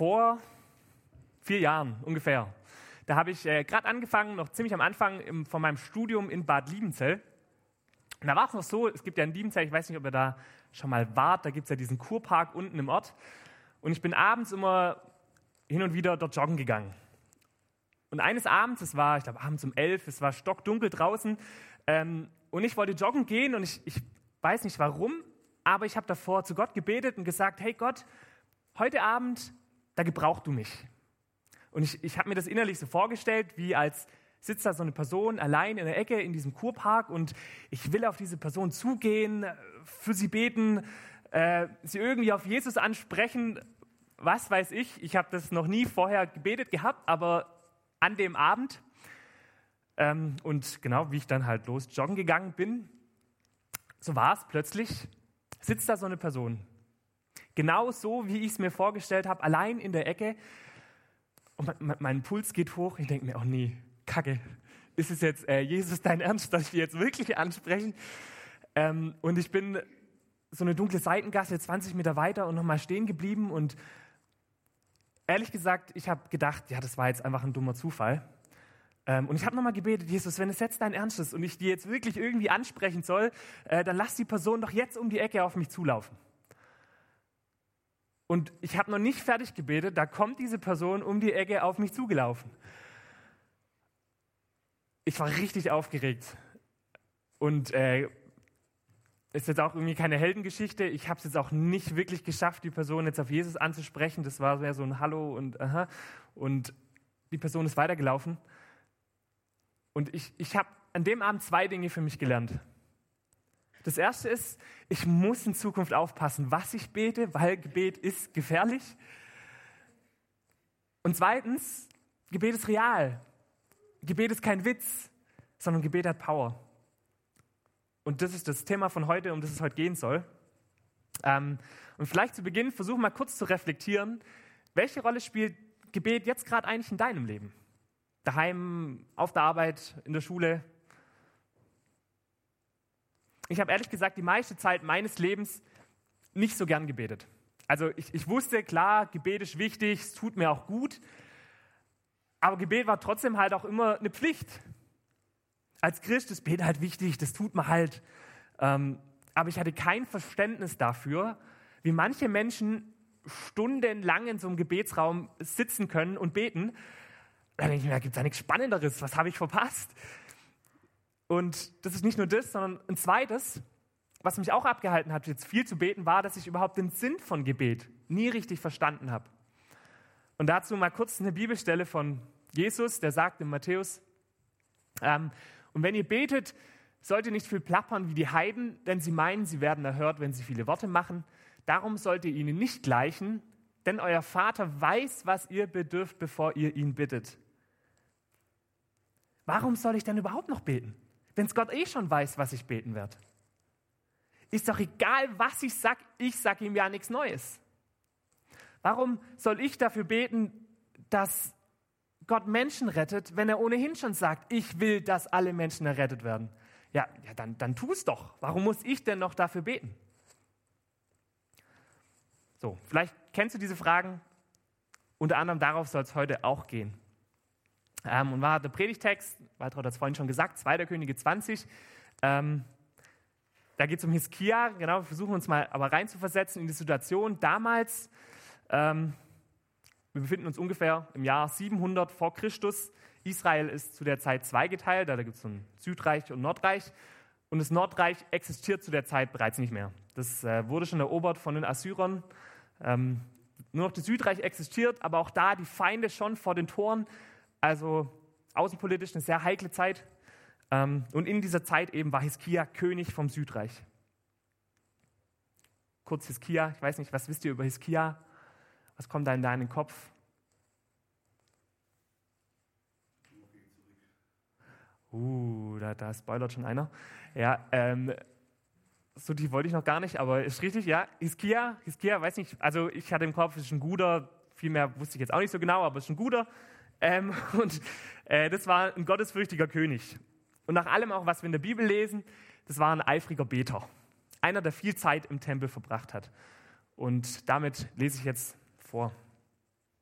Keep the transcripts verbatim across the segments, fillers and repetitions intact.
vor vier Jahren ungefähr. Da habe ich äh, gerade angefangen, noch ziemlich am Anfang im, von meinem Studium in Bad Liebenzell. Und da war es noch so, es gibt ja in Liebenzell, ich weiß nicht, ob ihr da schon mal wart, da gibt es ja diesen Kurpark unten im Ort. Und ich bin abends immer hin und wieder dort joggen gegangen. Und eines Abends, es war, ich glaube, abends um elf, es war stockdunkel draußen, ähm, und ich wollte joggen gehen und ich, ich weiß nicht warum, aber ich habe davor zu Gott gebetet und gesagt, hey Gott, heute Abend, da gebrauchst du mich. Und ich, ich habe mir das innerlich so vorgestellt, wie als sitzt da so eine Person allein in der Ecke in diesem Kurpark und ich will auf diese Person zugehen, für sie beten, äh, sie irgendwie auf Jesus ansprechen, was weiß ich. Ich habe das noch nie vorher gebetet gehabt, aber an dem Abend ähm, und genau, wie ich dann halt los joggen gegangen bin, so war es plötzlich, sitzt da so eine Person. Genau so, wie ich es mir vorgestellt habe, allein in der Ecke. Und mein, mein Puls geht hoch. Ich denke mir, oh nee, Kacke. Ist es jetzt, äh, Jesus, dein Ernst, dass ich die jetzt wirklich anspreche? Ähm, und ich bin so eine dunkle Seitengasse, zwanzig Meter weiter und nochmal stehen geblieben. Und ehrlich gesagt, ich habe gedacht, ja, das war jetzt einfach ein dummer Zufall. Ähm, und ich habe nochmal gebetet, Jesus, wenn es jetzt dein Ernst ist und ich die jetzt wirklich irgendwie ansprechen soll, äh, dann lass die Person doch jetzt um die Ecke auf mich zulaufen. Und ich habe noch nicht fertig gebetet, da kommt diese Person um die Ecke auf mich zugelaufen. Ich war richtig aufgeregt. Und äh, ist jetzt auch irgendwie keine Heldengeschichte. Ich habe es jetzt auch nicht wirklich geschafft, die Person jetzt auf Jesus anzusprechen. Das war mehr so ein Hallo und aha. Und die Person ist weitergelaufen. Und ich, ich habe an dem Abend zwei Dinge für mich gelernt. Das erste ist, ich muss in Zukunft aufpassen, was ich bete, weil Gebet ist gefährlich. Und zweitens, Gebet ist real. Gebet ist kein Witz, sondern Gebet hat Power. Und das ist das Thema von heute, um das es heute gehen soll. Ähm, und vielleicht zu Beginn versuche mal kurz zu reflektieren, welche Rolle spielt Gebet jetzt gerade eigentlich in deinem Leben? Daheim, auf der Arbeit, in der Schule? Ich habe ehrlich gesagt die meiste Zeit meines Lebens nicht so gern gebetet. Also ich, ich wusste, klar, Gebet ist wichtig, es tut mir auch gut, aber Gebet war trotzdem halt auch immer eine Pflicht. Als Christ ist Gebet halt wichtig, das tut man halt. Ähm, aber ich hatte kein Verständnis dafür, wie manche Menschen stundenlang in so einem Gebetsraum sitzen können und beten. Da denke ich mir, da gibt es ja nichts Spannenderes, was habe ich verpasst? Und das ist nicht nur das, sondern ein zweites, was mich auch abgehalten hat, jetzt viel zu beten, war, dass ich überhaupt den Sinn von Gebet nie richtig verstanden habe. Und dazu mal kurz eine Bibelstelle von Jesus, der sagt in Matthäus, ähm, und wenn ihr betet, sollt ihr nicht viel plappern wie die Heiden, denn sie meinen, sie werden erhört, wenn sie viele Worte machen. Darum sollt ihr ihnen nicht gleichen, denn euer Vater weiß, was ihr bedürft, bevor ihr ihn bittet. Warum soll ich denn überhaupt noch beten? Wenn es Gott eh schon weiß, was ich beten werde. Ist doch egal, was ich sage, ich sage ihm ja nichts Neues. Warum soll ich dafür beten, dass Gott Menschen rettet, wenn er ohnehin schon sagt, ich will, dass alle Menschen errettet werden? Ja, ja dann, dann tu es doch. Warum muss ich denn noch dafür beten? So, vielleicht kennst du diese Fragen. Unter anderem darauf soll es heute auch gehen. Ähm, und war der Predigtext, Walter hat es vorhin schon gesagt, zweiter Könige zwanzig. Ähm, da geht es um Hiskia. Genau, wir versuchen uns mal aber reinzuversetzen in die Situation damals. Ähm, wir befinden uns ungefähr im Jahr siebenhundert vor Christus. Israel ist zu der Zeit zweigeteilt, da gibt es so ein Südreich und Nordreich. Und das Nordreich existiert zu der Zeit bereits nicht mehr. Das äh, wurde schon erobert von den Assyrern. Ähm, nur noch das Südreich existiert, aber auch da die Feinde schon vor den Toren. Also außenpolitisch eine sehr heikle Zeit. Ähm, und in dieser Zeit eben war Hiskia König vom Südreich. Kurz Hiskia, ich weiß nicht, was wisst ihr über Hiskia? Was kommt da in deinen Kopf? Uh, da, da spoilert schon einer. Ja, ähm, so die wollte ich noch gar nicht, aber ist richtig, ja. Hiskia, Hiskia, weiß nicht, also ich hatte im Kopf, ist ein guter, viel mehr wusste ich jetzt auch nicht so genau, aber ist ein guter. Ähm, und äh, das war ein gottesfürchtiger König. Und nach allem auch, was wir in der Bibel lesen, das war ein eifriger Beter. Einer, der viel Zeit im Tempel verbracht hat. Und damit lese ich jetzt vor.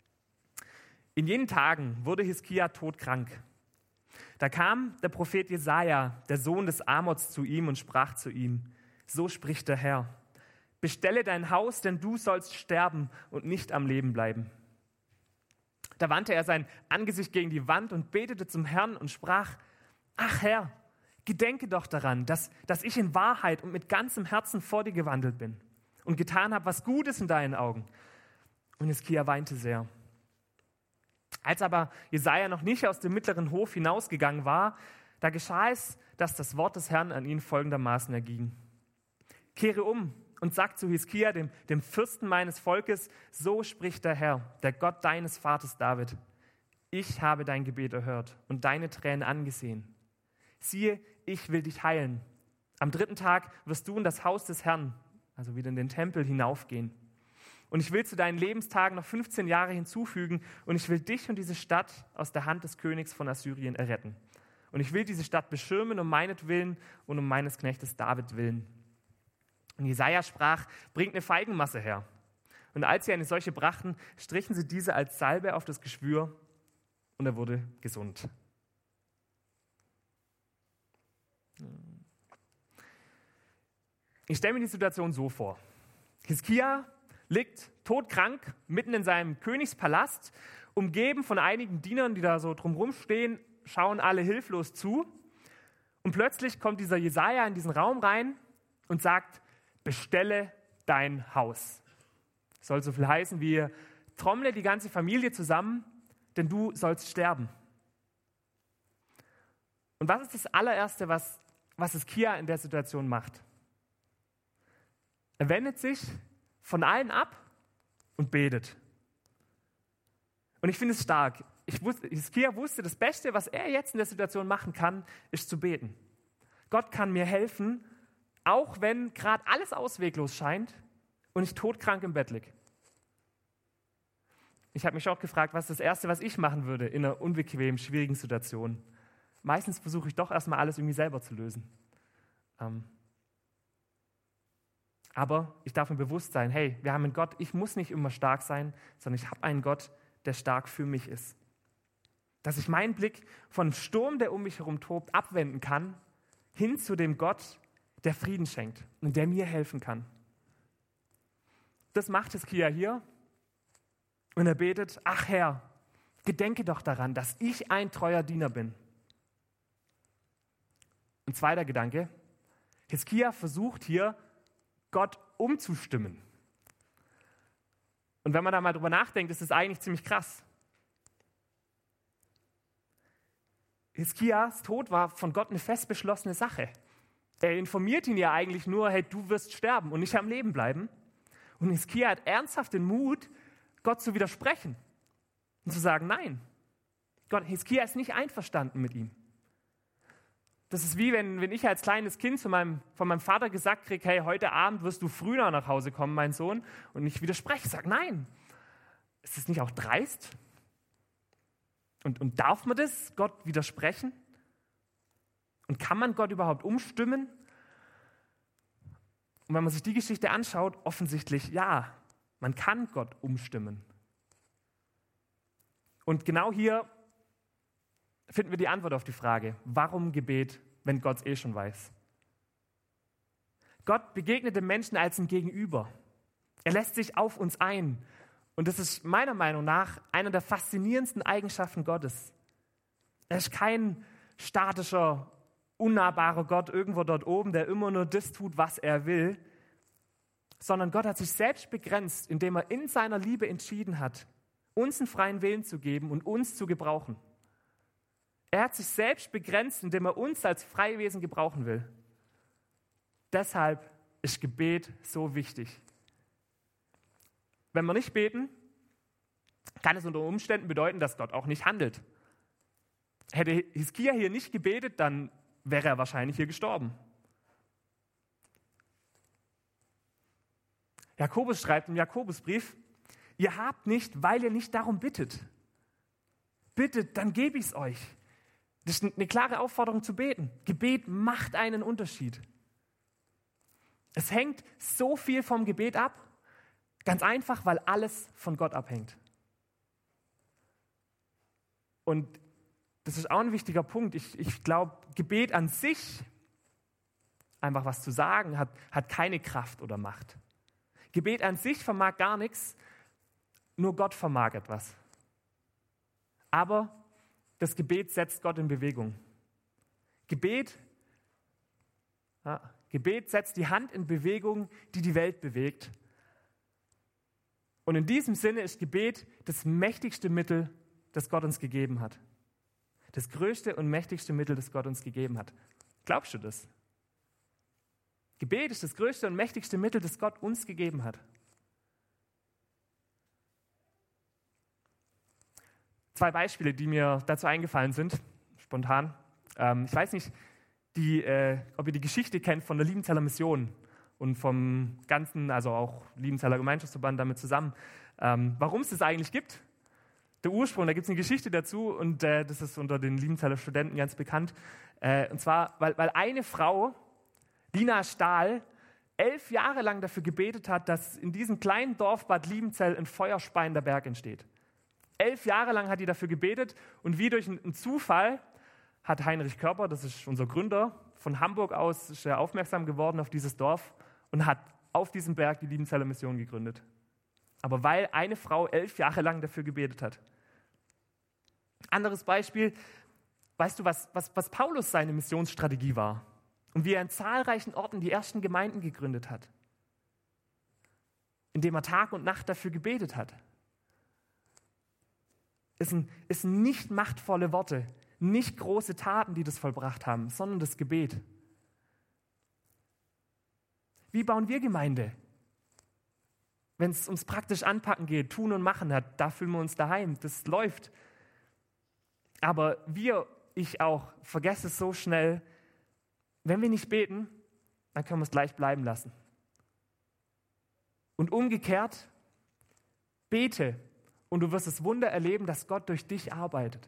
In jenen Tagen wurde Hiskia todkrank. Da kam der Prophet Jesaja, der Sohn des Amoz, zu ihm und sprach zu ihm: So spricht der Herr: Bestelle dein Haus, denn du sollst sterben und nicht am Leben bleiben. Da wandte er sein Angesicht gegen die Wand und betete zum Herrn und sprach: Ach Herr, gedenke doch daran, dass, dass ich in Wahrheit und mit ganzem Herzen vor dir gewandelt bin und getan habe, was gut ist in deinen Augen. Und Hiskia weinte sehr. Als aber Jesaja noch nicht aus dem mittleren Hof hinausgegangen war, da geschah es, dass das Wort des Herrn an ihn folgendermaßen erging: Kehre um und sag zu Hiskia, dem, dem Fürsten meines Volkes: So spricht der Herr, der Gott deines Vaters David: Ich habe dein Gebet erhört und deine Tränen angesehen. Siehe, ich will dich heilen. Am dritten Tag wirst du in das Haus des Herrn, also wieder in den Tempel, hinaufgehen. Und ich will zu deinen Lebenstagen noch fünfzehn Jahre hinzufügen und ich will dich und diese Stadt aus der Hand des Königs von Assyrien erretten. Und ich will diese Stadt beschirmen um meinetwillen und um meines Knechtes David willen. Und Jesaja sprach: Bringt eine Feigenmasse her. Und als sie eine solche brachten, strichen sie diese als Salbe auf das Geschwür und er wurde gesund. Ich stelle mir die Situation so vor. Hiskia liegt todkrank mitten in seinem Königspalast, umgeben von einigen Dienern, die da so drumherum stehen, schauen alle hilflos zu. Und plötzlich kommt dieser Jesaja in diesen Raum rein und sagt: Bestelle dein Haus. Das soll so viel heißen wie: Trommle die ganze Familie zusammen, denn du sollst sterben. Und was ist das allererste, was, was Hiskia in der Situation macht? Er wendet sich von allen ab und betet. Und ich finde es stark. Ich wusste, Hiskia wusste, das Beste, was er jetzt in der Situation machen kann, ist zu beten. Gott kann mir helfen, auch wenn gerade alles ausweglos scheint und ich todkrank im Bett liege. Ich habe mich auch gefragt, was ist das Erste, was ich machen würde in einer unbequemen, schwierigen Situation. Meistens versuche ich doch erstmal alles irgendwie selber zu lösen. Ähm, Aber ich darf mir bewusst sein, hey, wir haben einen Gott, ich muss nicht immer stark sein, sondern ich habe einen Gott, der stark für mich ist. Dass ich meinen Blick von dem Sturm, der um mich herum tobt, abwenden kann, hin zu dem Gott, der Frieden schenkt und der mir helfen kann. Das macht Hiskia hier und er betet: Ach Herr, gedenke doch daran, dass ich ein treuer Diener bin. Ein zweiter Gedanke: Hiskia versucht hier, Gott umzustimmen. Und wenn man da mal drüber nachdenkt, ist das eigentlich ziemlich krass. Hiskias Tod war von Gott eine fest beschlossene Sache. Er informiert ihn ja eigentlich nur: Hey, du wirst sterben und nicht am Leben bleiben. Und Hiskia hat ernsthaft den Mut, Gott zu widersprechen und zu sagen: Nein, Gott, Hiskia ist nicht einverstanden mit ihm. Das ist wie, wenn, wenn ich als kleines Kind zu meinem, von meinem Vater gesagt kriege: Hey, heute Abend wirst du früher nach Hause kommen, mein Sohn. Und ich widerspreche, sage: Nein. Ist das nicht auch dreist? Und, und darf man das, Gott widersprechen? Und kann man Gott überhaupt umstimmen? Und wenn man sich die Geschichte anschaut, offensichtlich ja, man kann Gott umstimmen. Und genau hier finden wir die Antwort auf die Frage: Warum Gebet, wenn Gott es eh schon weiß? Gott begegnet dem Menschen als ein Gegenüber. Er lässt sich auf uns ein. Und das ist meiner Meinung nach eine der faszinierendsten Eigenschaften Gottes. Er ist kein statischer, unnahbarer Gott irgendwo dort oben, der immer nur das tut, was er will, sondern Gott hat sich selbst begrenzt, indem er in seiner Liebe entschieden hat, uns einen freien Willen zu geben und uns zu gebrauchen. Er hat sich selbst begrenzt, indem er uns als freie Wesen gebrauchen will. Deshalb ist Gebet so wichtig. Wenn wir nicht beten, kann es unter Umständen bedeuten, dass Gott auch nicht handelt. Hätte Hiskia hier nicht gebetet, dann wäre er wahrscheinlich hier gestorben. Jakobus schreibt im Jakobusbrief: Ihr habt nicht, weil ihr nicht darum bittet. Bittet, dann gebe ich es euch. Das ist eine klare Aufforderung zu beten. Gebet macht einen Unterschied. Es hängt so viel vom Gebet ab, ganz einfach, weil alles von Gott abhängt. Und das ist auch ein wichtiger Punkt. Ich, ich glaube, Gebet an sich, einfach was zu sagen, hat, hat keine Kraft oder Macht. Gebet an sich vermag gar nichts, nur Gott vermag etwas. Aber das Gebet setzt Gott in Bewegung. Gebet, ja, Gebet setzt die Hand in Bewegung, die die Welt bewegt. Und in diesem Sinne ist Gebet das mächtigste Mittel, das Gott uns gegeben hat. Das größte und mächtigste Mittel, das Gott uns gegeben hat. Glaubst du das? Gebet ist das größte und mächtigste Mittel, das Gott uns gegeben hat. Zwei Beispiele, die mir dazu eingefallen sind, spontan. Ähm, ich weiß nicht, die, äh, ob ihr die Geschichte kennt von der Liebenzeller Mission und vom ganzen, also auch Liebenzeller Gemeinschaftsverband damit zusammen, ähm, warum es das eigentlich gibt. Der Ursprung, da gibt es eine Geschichte dazu und äh, das ist unter den Liebenzeller Studenten ganz bekannt. Äh, und zwar, weil, weil eine Frau, Lina Stahl, elf Jahre lang dafür gebetet hat, dass in diesem kleinen Dorf Bad Liebenzell ein feuerspeiender Berg entsteht. Elf Jahre lang hat die dafür gebetet und wie durch einen Zufall hat Heinrich Körper, das ist unser Gründer, von Hamburg aus ist er aufmerksam geworden auf dieses Dorf und hat auf diesem Berg die Liebenzeller Mission gegründet. Aber weil eine Frau elf Jahre lang dafür gebetet hat. Anderes Beispiel, weißt du, was, was, was Paulus seine Missionsstrategie war? Und wie er in zahlreichen Orten die ersten Gemeinden gegründet hat. Indem er Tag und Nacht dafür gebetet hat. Es sind, es sind nicht machtvolle Worte, nicht große Taten, die das vollbracht haben, sondern das Gebet. Wie bauen wir Gemeinde? Wenn es ums praktisch Anpacken geht, Tun und Machen hat, da fühlen wir uns daheim, das läuft. Aber wir, ich auch, vergesse es so schnell, wenn wir nicht beten, dann können wir es gleich bleiben lassen. Und umgekehrt, bete und du wirst das Wunder erleben, dass Gott durch dich arbeitet.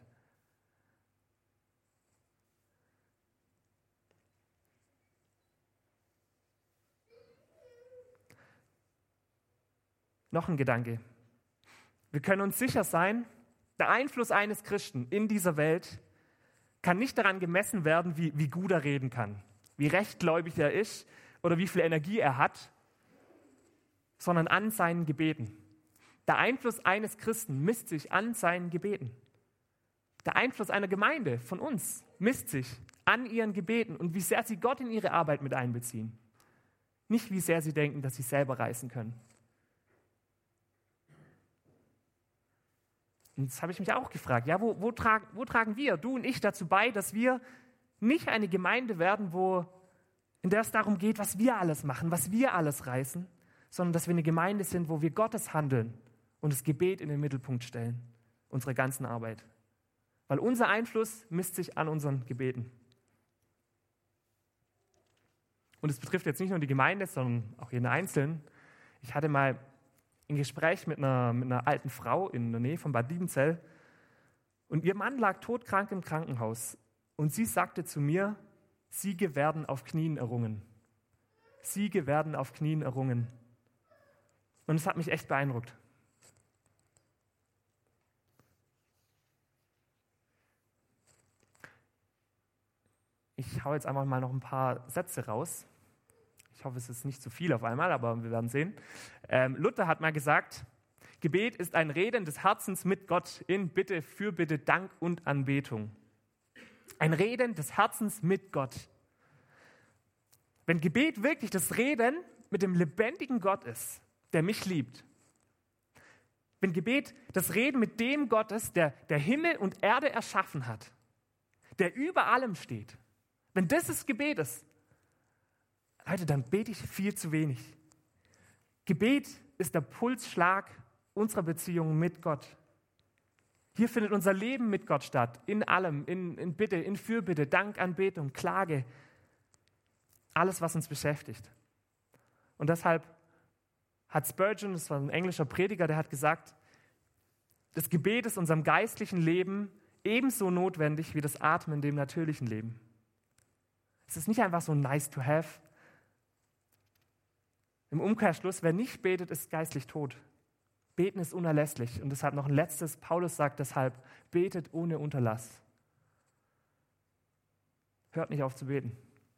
Noch ein Gedanke. Wir können uns sicher sein, der Einfluss eines Christen in dieser Welt kann nicht daran gemessen werden, wie, wie gut er reden kann, wie rechtgläubig er ist oder wie viel Energie er hat, sondern an seinen Gebeten. Der Einfluss eines Christen misst sich an seinen Gebeten. Der Einfluss einer Gemeinde von uns misst sich an ihren Gebeten und wie sehr sie Gott in ihre Arbeit mit einbeziehen. Nicht wie sehr sie denken, dass sie selber reißen können. Und das habe ich mich auch gefragt. Ja, wo, wo, trag, wo tragen wir, du und ich, dazu bei, dass wir nicht eine Gemeinde werden, wo, in der es darum geht, was wir alles machen, was wir alles reißen, sondern dass wir eine Gemeinde sind, wo wir Gottes Handeln und das Gebet in den Mittelpunkt stellen, unsere ganzen Arbeit. Weil unser Einfluss misst sich an unseren Gebeten. Und es betrifft jetzt nicht nur die Gemeinde, sondern auch jeden Einzelnen. Ich hatte mal ein Gespräch mit einer, mit einer alten Frau in der Nähe von Bad Liebenzell und ihr Mann lag todkrank im Krankenhaus und sie sagte zu mir, Siege werden auf Knien errungen. Siege werden auf Knien errungen. Und es hat mich echt beeindruckt. Ich hau jetzt einfach mal noch ein paar Sätze raus. Ich hoffe, es ist nicht zu viel auf einmal, aber wir werden sehen. Ähm, Luther hat mal gesagt, Gebet ist ein Reden des Herzens mit Gott in Bitte, Fürbitte, Dank und Anbetung. Ein Reden des Herzens mit Gott. Wenn Gebet wirklich das Reden mit dem lebendigen Gott ist, der mich liebt, wenn Gebet das Reden mit dem Gott ist, der, der Himmel und Erde erschaffen hat, der über allem steht, wenn das das Gebet ist, Leute, dann bete ich viel zu wenig. Gebet ist der Pulsschlag unserer Beziehung mit Gott. Hier findet unser Leben mit Gott statt, in allem, in, in Bitte, in Fürbitte, Dank, Anbetung, Klage, alles, was uns beschäftigt. Und deshalb hat Spurgeon, das war ein englischer Prediger, der hat gesagt, das Gebet ist unserem geistlichen Leben ebenso notwendig wie das Atmen dem natürlichen Leben. Es ist nicht einfach so nice to have. Im Umkehrschluss, wer nicht betet, ist geistlich tot. Beten ist unerlässlich. Und deshalb noch ein letztes. Paulus sagt deshalb, betet ohne Unterlass. Hört nicht auf zu beten.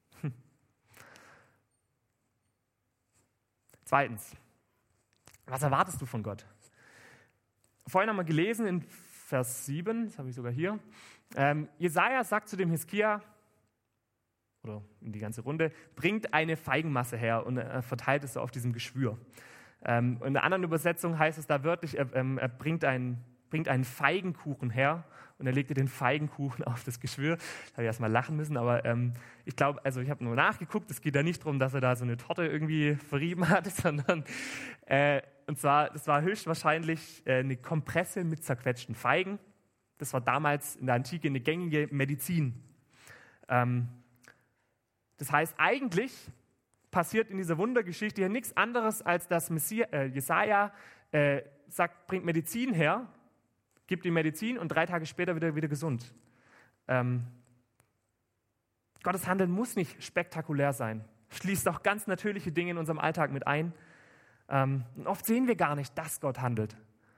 Zweitens, was erwartest du von Gott? Vorhin haben wir gelesen in Vers sieben, das habe ich sogar hier, ähm, Jesaja sagt zu dem Hiskia, oder in die ganze Runde, bringt eine Feigenmasse her und er verteilt es so auf diesem Geschwür. Ähm, in einer anderen Übersetzung heißt es da wörtlich, er, ähm, er bringt, einen, bringt einen Feigenkuchen her und er legte den Feigenkuchen auf das Geschwür. Da habe ich erstmal lachen müssen, aber ähm, ich glaube, also ich habe nur nachgeguckt, es geht da nicht darum, dass er da so eine Torte irgendwie verrieben hat, sondern äh, und zwar, das war höchstwahrscheinlich äh, eine Kompresse mit zerquetschten Feigen. Das war damals in der Antike eine gängige Medizin. Ähm, das heißt, eigentlich passiert in dieser Wundergeschichte hier nichts anderes, als dass Messia, äh, Jesaja äh, sagt, bringt Medizin her, gibt die Medizin und drei Tage später wieder, wieder gesund. Ähm, Gottes Handeln muss nicht spektakulär sein. Schließt auch ganz natürliche Dinge in unserem Alltag mit ein. Ähm, und oft sehen wir gar nicht, dass Gott handelt.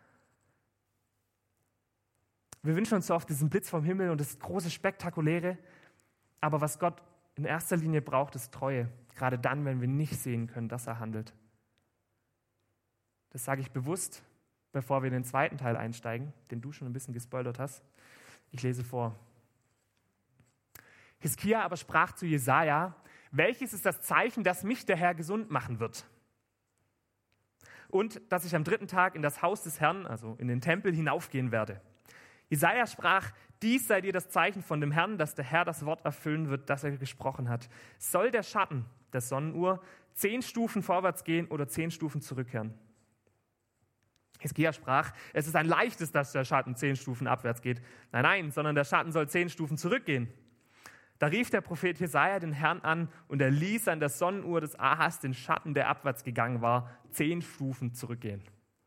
Wir wünschen uns so oft diesen Blitz vom Himmel und das große Spektakuläre. Aber was Gott in erster Linie braucht, ist Treue. Gerade dann, wenn wir nicht sehen können, dass er handelt. Das sage ich bewusst, bevor wir in den zweiten Teil einsteigen, den du schon ein bisschen gespoilert hast. Ich lese vor. Hiskia aber sprach zu Jesaja: Welches ist das Zeichen, dass mich der Herr gesund machen wird? Und dass ich am dritten Tag in das Haus des Herrn, also in den Tempel, hinaufgehen werde. Jesaja sprach: Dies sei dir das Zeichen von dem Herrn, dass der Herr das Wort erfüllen wird, das er gesprochen hat. Soll der Schatten der Sonnenuhr zehn Stufen vorwärts gehen oder zehn Stufen zurückkehren? Hiskia sprach: Es ist ein leichtes, dass der Schatten zehn Stufen abwärts geht. Nein, nein, sondern der Schatten soll zehn Stufen zurückgehen. Da rief der Prophet Jesaja den Herrn an und er ließ an der Sonnenuhr des Ahas den Schatten, der abwärts gegangen war, zehn Stufen zurückgehen.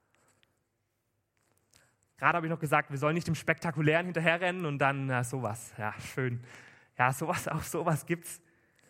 Gerade habe ich noch gesagt, wir sollen nicht dem Spektakulären hinterherrennen und dann na, sowas. Ja, schön. Ja, sowas, auch sowas gibt's.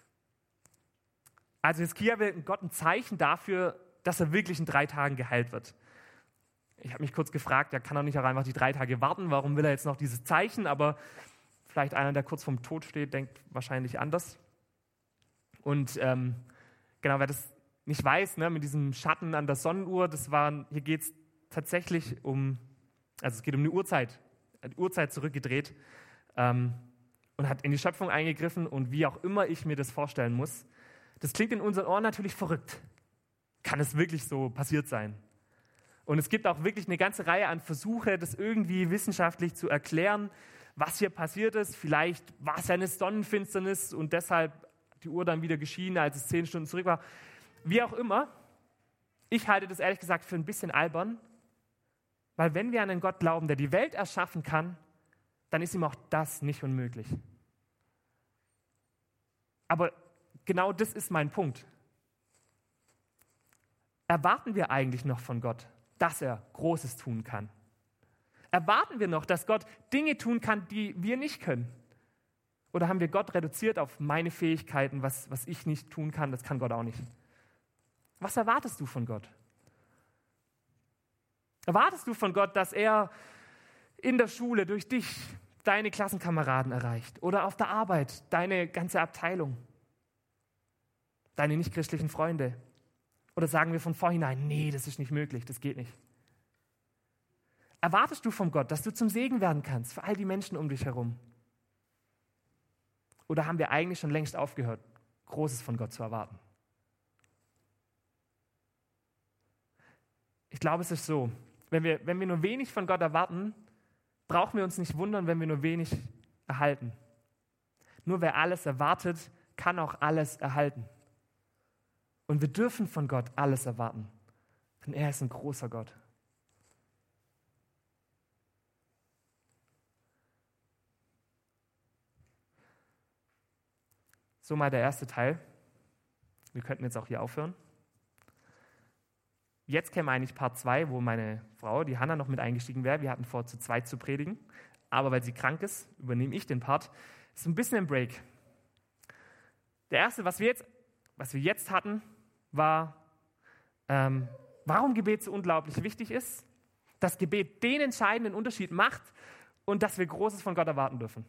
Also Hiskia will Gott ein Zeichen dafür, dass er wirklich in drei Tagen geheilt wird. Ich habe mich kurz gefragt, er kann doch nicht auch einfach die drei Tage warten. Warum will er jetzt noch dieses Zeichen? Aber vielleicht einer, der kurz vorm Tod steht, denkt wahrscheinlich anders. Und ähm, genau, wer das nicht weiß, ne, mit diesem Schatten an der Sonnenuhr, das war, hier geht es tatsächlich um, also es geht um eine Uhrzeit, eine Uhrzeit zurückgedreht ähm, und hat in die Schöpfung eingegriffen und wie auch immer ich mir das vorstellen muss. Das klingt in unseren Ohren natürlich verrückt. Kann es wirklich so passiert sein? Und es gibt auch wirklich eine ganze Reihe an Versuche, das irgendwie wissenschaftlich zu erklären, was hier passiert ist. Vielleicht war es ja eine Sonnenfinsternis und deshalb die Uhr dann wieder geschienen, als es zehn Stunden zurück war. Wie auch immer, ich halte das ehrlich gesagt für ein bisschen albern, weil wenn wir an einen Gott glauben, der die Welt erschaffen kann, dann ist ihm auch das nicht unmöglich. Aber genau das ist mein Punkt. Erwarten wir eigentlich noch von Gott, dass er Großes tun kann? Erwarten wir noch, dass Gott Dinge tun kann, die wir nicht können? Oder haben wir Gott reduziert auf meine Fähigkeiten, was, was ich nicht tun kann, das kann Gott auch nicht? Was erwartest du von Gott? Erwartest du von Gott, dass er in der Schule durch dich deine Klassenkameraden erreicht oder auf der Arbeit deine ganze Abteilung, deine nichtchristlichen Freunde? Oder sagen wir von vornherein, nee, das ist nicht möglich, das geht nicht? Erwartest du von Gott, dass du zum Segen werden kannst für all die Menschen um dich herum? Oder haben wir eigentlich schon längst aufgehört, Großes von Gott zu erwarten? Ich glaube, es ist so, wenn wir, wenn wir nur wenig von Gott erwarten, brauchen wir uns nicht wundern, wenn wir nur wenig erhalten. Nur wer alles erwartet, kann auch alles erhalten. Und wir dürfen von Gott alles erwarten, denn er ist ein großer Gott. So mal der erste Teil. Wir könnten jetzt auch hier aufhören. Jetzt käme eigentlich Part zwei, wo meine Frau, die Hanna, noch mit eingestiegen wäre. Wir hatten vor, zu zweit zu predigen. Aber weil sie krank ist, übernehme ich den Part. Das ist ein bisschen ein Break. Der erste, was wir jetzt, was wir jetzt hatten, war, ähm, warum Gebet so unglaublich wichtig ist dass Gebet den entscheidenden Unterschied macht und dass wir Großes von Gott erwarten dürfen.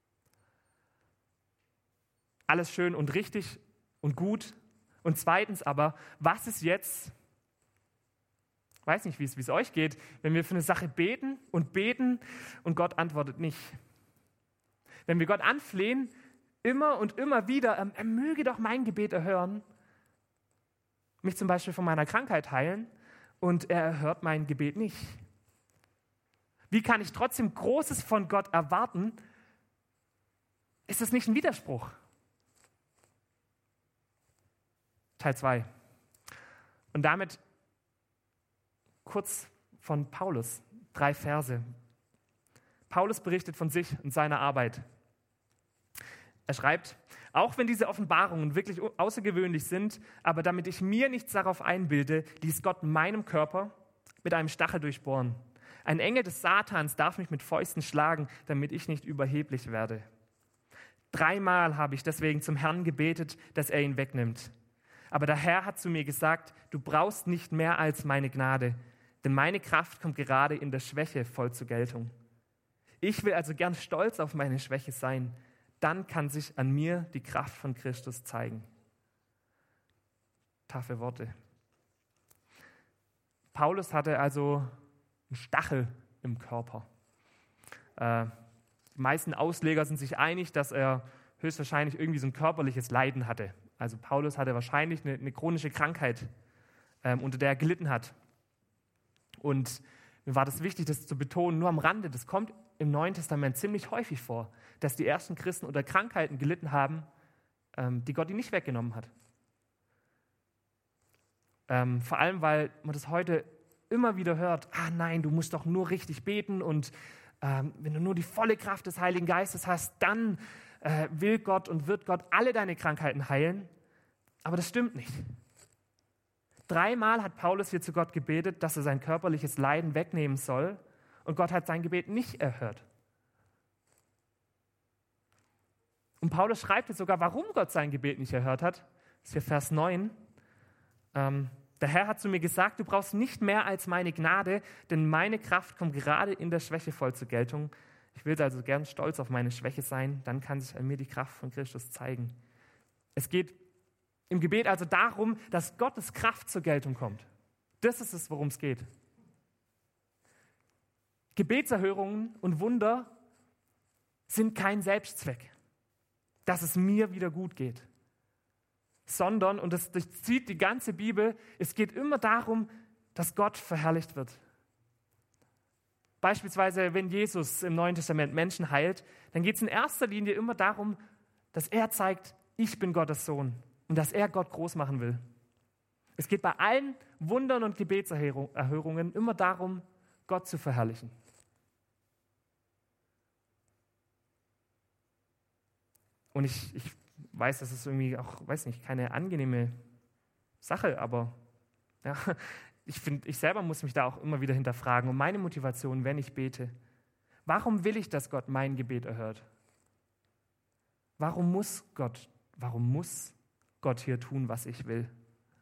Alles schön und richtig und gut. Und zweitens aber, was ist jetzt, ich weiß nicht, wie es, wie es euch geht, wenn wir für eine Sache beten und beten und Gott antwortet nicht. Wenn wir Gott anflehen, immer und immer wieder, er möge doch mein Gebet erhören, mich zum Beispiel von meiner Krankheit heilen, und er erhört mein Gebet nicht. Wie kann ich trotzdem Großes von Gott erwarten? Ist das nicht ein Widerspruch? Teil zwei. Und damit kurz von Paulus, drei Verse. Paulus berichtet von sich und seiner Arbeit. Er schreibt, auch wenn diese Offenbarungen wirklich außergewöhnlich sind, aber damit ich mir nichts darauf einbilde, ließ Gott meinem Körper mit einem Stachel durchbohren. Ein Engel des Satans darf mich mit Fäusten schlagen, damit ich nicht überheblich werde. Dreimal habe ich deswegen zum Herrn gebetet, dass er ihn wegnimmt. Aber der Herr hat zu mir gesagt, du brauchst nicht mehr als meine Gnade, denn meine Kraft kommt gerade in der Schwäche voll zur Geltung. Ich will also gern stolz auf meine Schwäche sein, dann kann sich an mir die Kraft von Christus zeigen. Taffe Worte. Paulus hatte also einen Stachel im Körper. Äh, die meisten Ausleger sind sich einig, dass er höchstwahrscheinlich irgendwie so ein körperliches Leiden hatte. Also Paulus hatte wahrscheinlich eine, eine chronische Krankheit, ähm, unter der er gelitten hat. Und mir war das wichtig, das zu betonen, nur am Rande, das kommt im Neuen Testament ziemlich häufig vor, dass die ersten Christen unter Krankheiten gelitten haben, ähm, die Gott ihnen nicht weggenommen hat. Ähm, vor allem, weil man das heute immer wieder hört, ah nein, du musst doch nur richtig beten und ähm, wenn du nur die volle Kraft des Heiligen Geistes hast, dann äh, will Gott und wird Gott alle deine Krankheiten heilen. Aber das stimmt nicht. Dreimal hat Paulus hier zu Gott gebetet, dass er sein körperliches Leiden wegnehmen soll, und Gott hat sein Gebet nicht erhört. Und Paulus schreibt jetzt sogar, warum Gott sein Gebet nicht erhört hat. Das ist hier Vers neun. Ähm, der Herr hat zu mir gesagt, du brauchst nicht mehr als meine Gnade, denn meine Kraft kommt gerade in der Schwäche voll zur Geltung. Ich will also gern stolz auf meine Schwäche sein, dann kann sich an mir die Kraft von Christus zeigen. Es geht im Gebet also darum, dass Gottes Kraft zur Geltung kommt. Das ist es, worum es geht. Gebetserhörungen und Wunder sind kein Selbstzweck, dass es mir wieder gut geht, sondern, und das durchzieht die ganze Bibel, es geht immer darum, dass Gott verherrlicht wird. Beispielsweise, wenn Jesus im Neuen Testament Menschen heilt, dann geht es in erster Linie immer darum, dass er zeigt, ich bin Gottes Sohn und dass er Gott groß machen will. Es geht bei allen Wundern und Gebetserhörungen immer darum, Gott zu verherrlichen. Und ich, ich weiß, das ist irgendwie auch, weiß nicht, keine angenehme Sache, aber ja, ich finde, ich selber muss mich da auch immer wieder hinterfragen. Und meine Motivation, wenn ich bete, warum will ich, dass Gott mein Gebet erhört? Warum muss Gott, warum muss Gott hier tun, was ich will?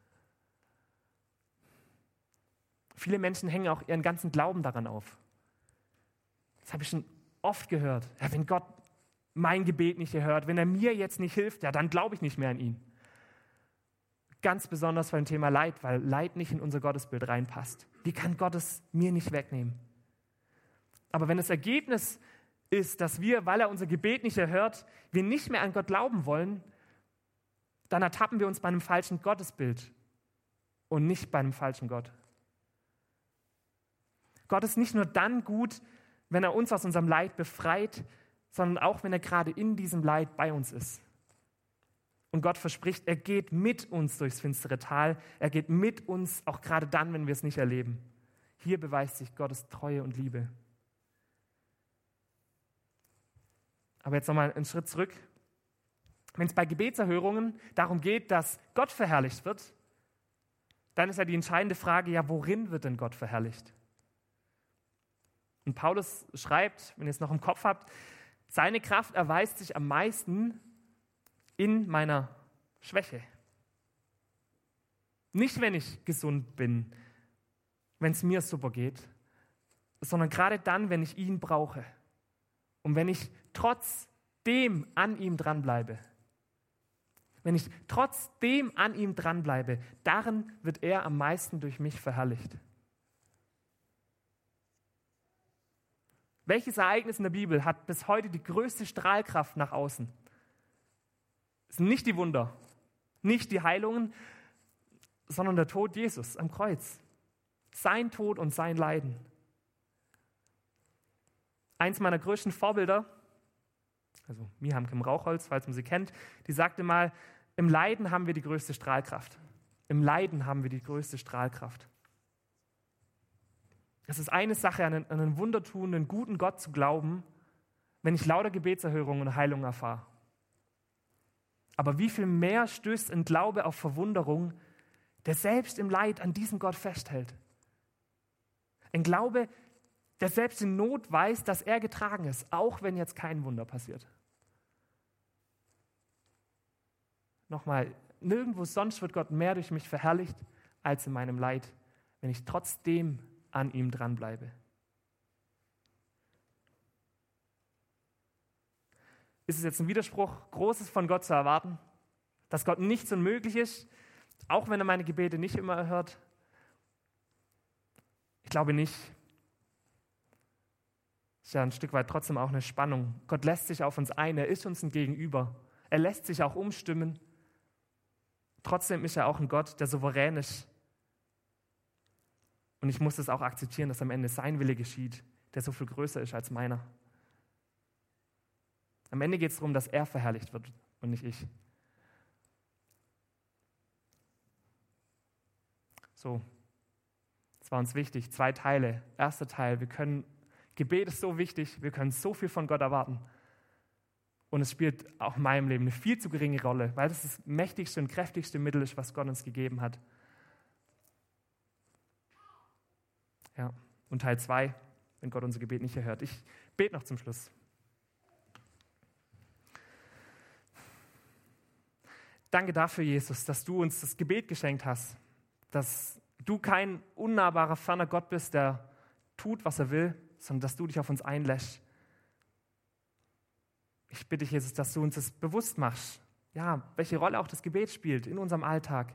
Viele Menschen hängen auch ihren ganzen Glauben daran auf. Das habe ich schon oft gehört. Ja, wenn Gott mein Gebet nicht erhört, wenn er mir jetzt nicht hilft, ja, dann glaube ich nicht mehr an ihn. Ganz besonders beim Thema Leid, weil Leid nicht in unser Gottesbild reinpasst. Wie kann Gott es mir nicht wegnehmen? Aber wenn das Ergebnis ist, dass wir, weil er unser Gebet nicht erhört, wir nicht mehr an Gott glauben wollen, dann ertappen wir uns bei einem falschen Gottesbild und nicht bei einem falschen Gott. Gott ist nicht nur dann gut, wenn er uns aus unserem Leid befreit, sondern auch, wenn er gerade in diesem Leid bei uns ist. Und Gott verspricht, er geht mit uns durchs finstere Tal, er geht mit uns, auch gerade dann, wenn wir es nicht erleben. Hier beweist sich Gottes Treue und Liebe. Aber jetzt nochmal einen Schritt zurück. Wenn es bei Gebetserhörungen darum geht, dass Gott verherrlicht wird, dann ist ja die entscheidende Frage, ja, worin wird denn Gott verherrlicht? Und Paulus schreibt, wenn ihr es noch im Kopf habt, seine Kraft erweist sich am meisten in meiner Schwäche. Nicht, wenn ich gesund bin, wenn es mir super geht, sondern gerade dann, wenn ich ihn brauche. Und wenn ich trotzdem an ihm dranbleibe, wenn ich trotzdem an ihm dranbleibe, darin wird er am meisten durch mich verherrlicht. Welches Ereignis in der Bibel hat bis heute die größte Strahlkraft nach außen? Es sind nicht die Wunder, nicht die Heilungen, sondern der Tod Jesus am Kreuz. Sein Tod und sein Leiden. Eins meiner größten Vorbilder, also Miham Kim Rauchholz, falls man sie kennt, die sagte mal, im Leiden haben wir die größte Strahlkraft. Im Leiden haben wir die größte Strahlkraft. Es ist eine Sache, an einen, an einen wundertuenden, guten Gott zu glauben, wenn ich lauter Gebetserhörungen und Heilung erfahre. Aber wie viel mehr stößt ein Glaube auf Verwunderung, der selbst im Leid an diesem Gott festhält? Ein Glaube, der selbst in Not weiß, dass er getragen ist, auch wenn jetzt kein Wunder passiert. Nochmal, nirgendwo sonst wird Gott mehr durch mich verherrlicht, als in meinem Leid, wenn ich trotzdem an ihm dranbleibe. Ist es jetzt ein Widerspruch, Großes von Gott zu erwarten? Dass Gott nichts unmöglich ist, auch wenn er meine Gebete nicht immer erhört? Ich glaube nicht. Ist ja ein Stück weit trotzdem auch eine Spannung. Gott lässt sich auf uns ein, er ist uns ein Gegenüber. Er lässt sich auch umstimmen. Trotzdem ist er auch ein Gott, der souverän ist. Und ich muss es auch akzeptieren, dass am Ende sein Wille geschieht, der so viel größer ist als meiner. Am Ende geht es darum, dass er verherrlicht wird und nicht ich. So, das war uns wichtig. Zwei Teile. Erster Teil, wir können, Gebet ist so wichtig, wir können so viel von Gott erwarten. Und es spielt auch in meinem Leben eine viel zu geringe Rolle, weil das das mächtigste und kräftigste Mittel ist, was Gott uns gegeben hat. Ja, und Teil zwei, wenn Gott unser Gebet nicht erhört. Ich bete noch zum Schluss. Danke dafür, Jesus, dass du uns das Gebet geschenkt hast, dass du kein unnahbarer, ferner Gott bist, der tut, was er will, sondern dass du dich auf uns einlässt. Ich bitte dich, Jesus, dass du uns das bewusst machst, ja, welche Rolle auch das Gebet spielt in unserem Alltag.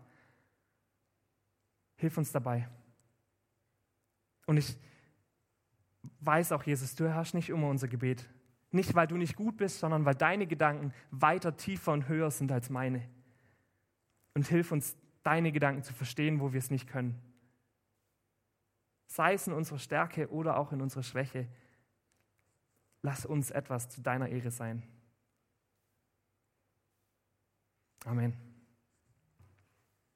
Hilf uns dabei. Und ich weiß auch, Jesus, du hörst nicht immer unser Gebet. Nicht, weil du nicht gut bist, sondern weil deine Gedanken weiter tiefer und höher sind als meine. Und hilf uns, deine Gedanken zu verstehen, wo wir es nicht können. Sei es in unserer Stärke oder auch in unserer Schwäche. Lass uns etwas zu deiner Ehre sein. Amen.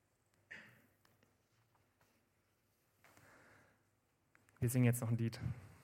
Wir singen jetzt noch ein Lied.